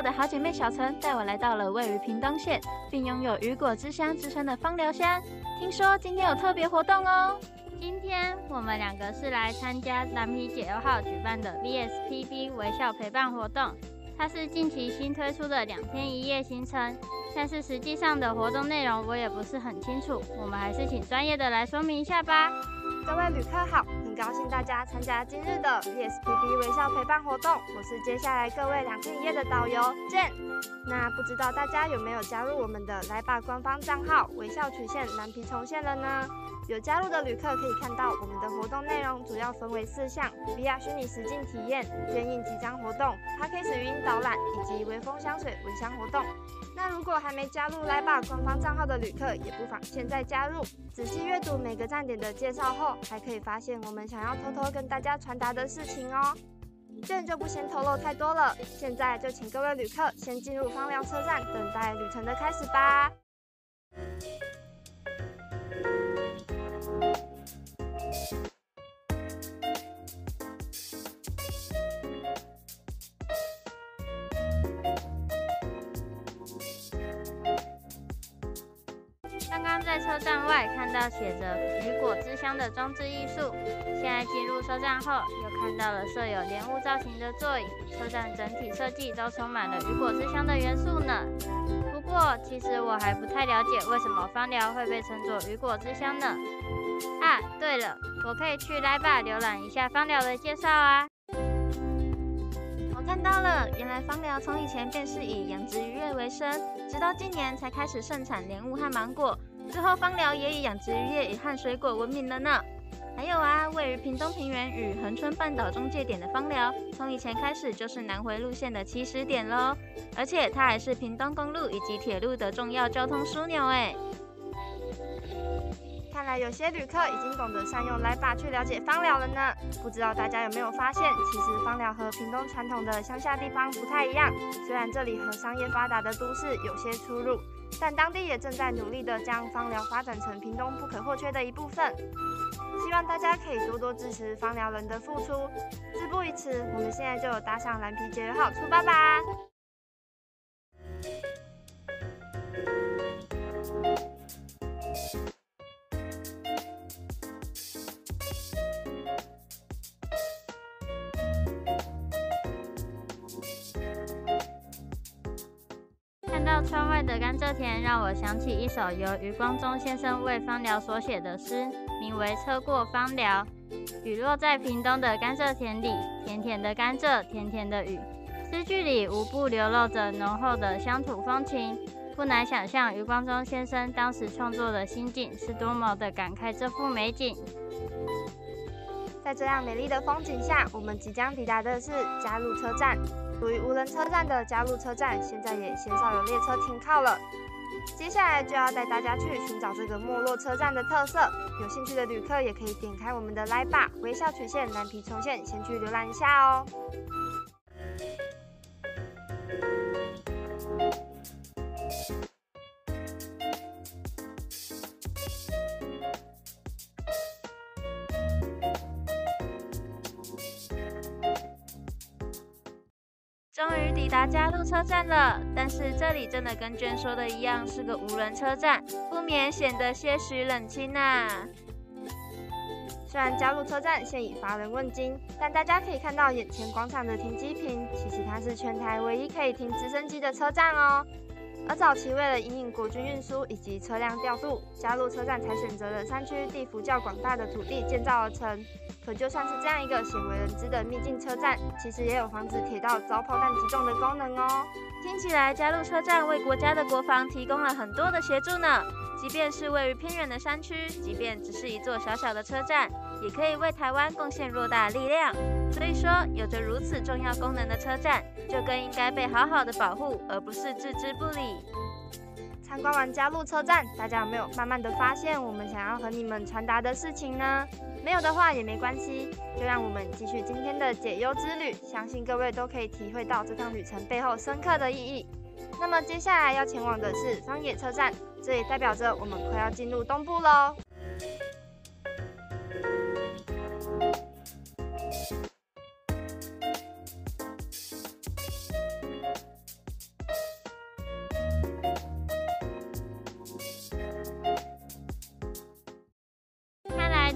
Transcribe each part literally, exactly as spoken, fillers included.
的好姐妹小陈带我来到了位于屏东县，并拥有雨果之乡之称的芳疗乡。听说今天有特别活动哦。 今天我们两个是来参加蓝皮解忧号举办的 V S P B 微笑陪伴活动，它是近期新推出的两天一夜行程，但是实际上的活动内容我也不是很清楚，我们还是请专业的来说明一下吧。 各位旅客好，很高兴大家参加今日的 V S P B 微笑陪伴活动，我是接下来各位两天一夜的导游 Jane。那不知道大家有没有加入我们的来吧官方账号微笑曲线蓝皮重现了呢？有加入的旅客可以看到我们的活动内容主要分为四项 V R 虚拟实境体验、电影集章活动、Podcast 语音导览以及微风香水蚊香活动。那如果还没加入来吧官方账号的旅客，也不妨现在加入，仔细阅读每个站点的介绍后，还可以发现我们想要偷偷跟大家传达的事情哦。这样就不先透露太多了，现在就请各位旅客先进入芳疗车站，等待旅程的开始吧。 刚刚在车站外看到写着雨果之乡的装置艺术，现在进入车站后又看到了设有莲雾造型的座椅，车站整体设计都充满了雨果之乡的元素呢。不过其实我还不太了解为什么芳疗会被称作雨果之乡呢？啊，对了，我可以去来吧浏览一下芳疗的介绍啊。 我看到了，原来芳疗从以前便是以养殖渔业为生，直到今年才开始盛产莲雾和芒果，之后芳疗也以养殖渔业和水果闻名了呢。还有啊，位于屏东平原与恒春半岛中介点的芳疗，从以前开始就是南回路线的起始点咯，而且它还是屏东公路以及铁路的重要交通枢纽哎。 看来有些旅客已经懂得善用来吧去了解芳疗了呢。不知道大家有没有发现，其实芳疗和屏东传统的乡下地方不太一样。虽然这里和商业发达的都市有些出入，但当地也正在努力的将芳疗发展成屏东不可或缺的一部分。希望大家可以多多支持芳疗人的付出。事不宜迟，我们现在就搭上蓝皮解忧号出发吧。 看到窗外的甘蔗田，让我想起一首由余光中先生为芳疗所写的诗，名为《车过芳疗》。雨落在屏东的甘蔗田里，甜甜的甘蔗，甜甜的雨。诗句里无不流露着浓厚的乡土风情，不难想象余光中先生当时创作的心境是多么的感慨这幅美景。 在这样美丽的风景下，我们即将抵达的是嘉鹿车站。属于无人车站的嘉鹿车站，现在也鲜少有列车停靠了。接下来就要带大家去寻找这个没落车站的特色。有兴趣的旅客也可以点开我们的来吧微笑曲线蓝皮重现，先去浏览一下哦。 终于抵达嘉鹿车站了，但是这里真的跟娟说的一样，是个无人车站，不免显得些许冷清啊。 虽然嘉鹿车站现已乏人问津，但大家可以看到眼前广场的停机坪，其实它是全台唯一可以停直升机的车站哦。而早期为了因应国军运输以及车辆调度，嘉鹿车站才选择了山区地幅较广大的土地建造而成。可就算是这样一个鲜为人知的秘境车站，其实也有防止铁道遭炮弹击中的功能哦。 听起来嘉鹿车站为国家的国防提供了很多的协助呢。即便是位于偏远的山区，即便只是一座小小的车站，也可以为台湾贡献偌大力量。所以说，有着如此重要功能的车站，就更应该被好好的保护，而不是置之不理。 参观完嘉鹿车站，大家有没有慢慢的发现我们想要和你们传达的事情呢？没有的话也没关系，就让我们继续今天的解忧之旅，相信各位都可以体会到这趟旅程背后深刻的意义。那么接下来要前往的是芳野车站，这也代表着我们快要进入东部喽。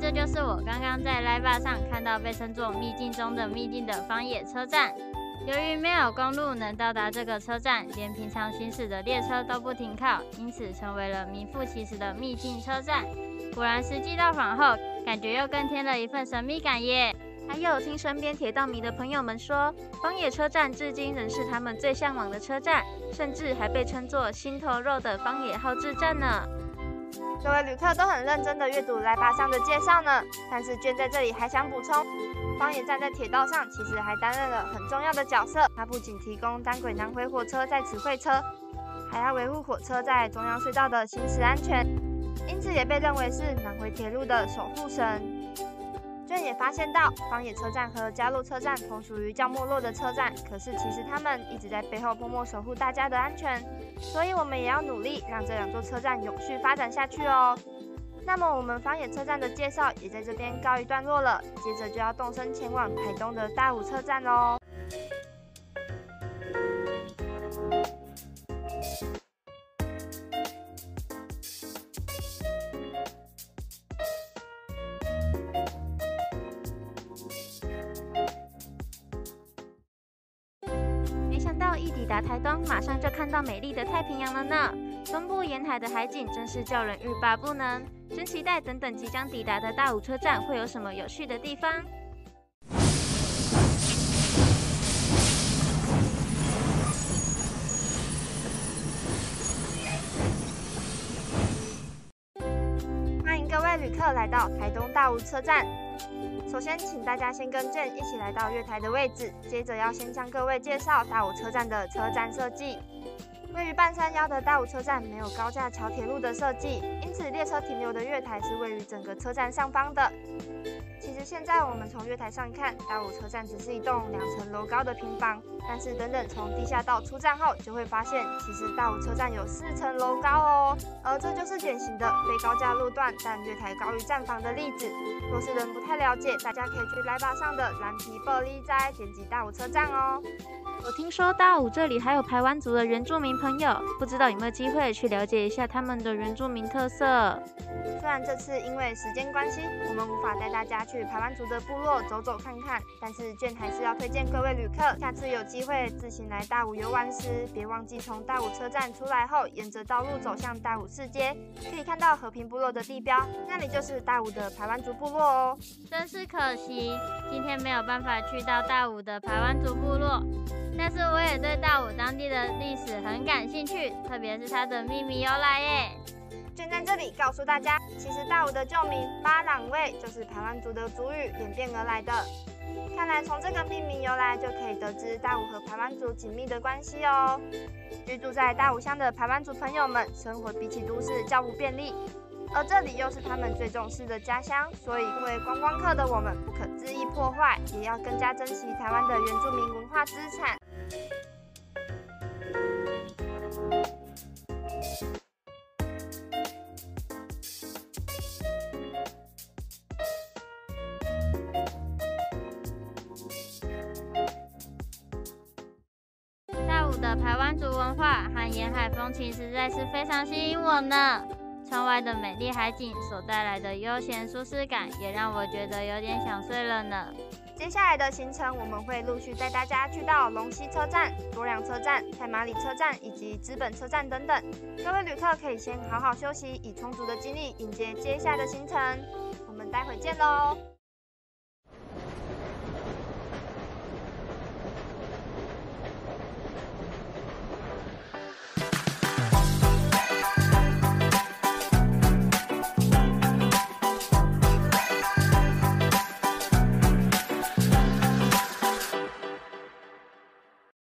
这就是我刚刚在 Live 上看到被称作秘境中的秘境的方野车站。由于没有公路能到达这个车站，连平常行驶的列车都不停靠，因此成为了名副其实的秘境车站。果然实际到访后，感觉又更添了一份神秘感耶。 还有听身边铁道迷的朋友们说，方野车站至今仍是他们最向往的车站，甚至还被称作心头肉的方野号志站呢。 各位旅客都很认真的阅读来吧上的介绍呢，但是娟在这里还想补充，方野站在铁道上其实还担任了很重要的角色，它不仅提供单轨南回火车在此会车，还要维护火车在中央隧道的行驶安全，因此也被认为是南回铁路的守护神。娟也发现到，方野车站和嘉路车站同属于较没落的车站，可是其实他们一直在背后默默守护大家的安全，所以我们也要努力让这两座车站永续发展下去哦。那么我们方野车站的介绍也在这边告一段落了，接着就要动身前往台东的大武车站喽。 没想到一抵达台东，马上就看到美丽的太平洋了呢。东部沿海的海景真是叫人欲罢不能，真期待等等即将抵达的大武车站会有什么有趣的地方。 欢迎各位旅客来到台东大武车站。首先，请大家先跟Jen一起来到月台的位置，接着要先向各位介绍大武车站的车站设计。位于半山腰的大武车站没有高架桥铁路的设计，因此列车停留的月台是位于整个车站上方的。其实现在我们从月台上看，大武车站只是一栋两层楼高的平房，但是等等从地下道出站后，就会发现其实大武车站有四层楼高哦，而这就是典型的非高架路段但月台高于站房的例子。若是人不太了解，大家可以去来吧上的蓝皮玻璃斋点击大武车站哦。 我听说大武这里还有排湾族的原住民朋友，不知道有没有机会去了解一下他们的原住民特色。 虽然这次因为时间关系，我们无法带大家去排湾族的部落走走看看，但是卷还是要推荐各位旅客，下次有机会自行来大武游玩时，别忘记从大武车站出来后，沿着道路走向大武市街，可以看到和平部落的地标，那里就是大武的排湾族部落哦。 真是可惜，今天没有办法去到大武的排湾族部落。但是我也对大武当地的历史很感兴趣，特别是它的秘密由来耶。 卷在这里告诉大家，其实大武的旧名巴朗卫就是排湾族的族语演变而来的。看来从这个命名由来就可以得知大武和排湾族紧密的关系哦。居住在大武乡的排湾族朋友们，生活比起都市较不便利，而这里又是他们最重视的家乡，所以作为观光客的我们不可恣意破坏，也要更加珍惜台湾的原住民文化资产。 大武的排湾族文化和沿海风情实在是非常吸引我呢。窗外的美丽海景所带来的悠闲舒适感，也让我觉得有点想睡了呢。 接下来的行程，我们会陆续带大家去到龙溪车站、多良车站、太麻里车站以及知本车站等等。各位旅客可以先好好休息，以充足的精力迎接接下来的行程。我们待会见喽！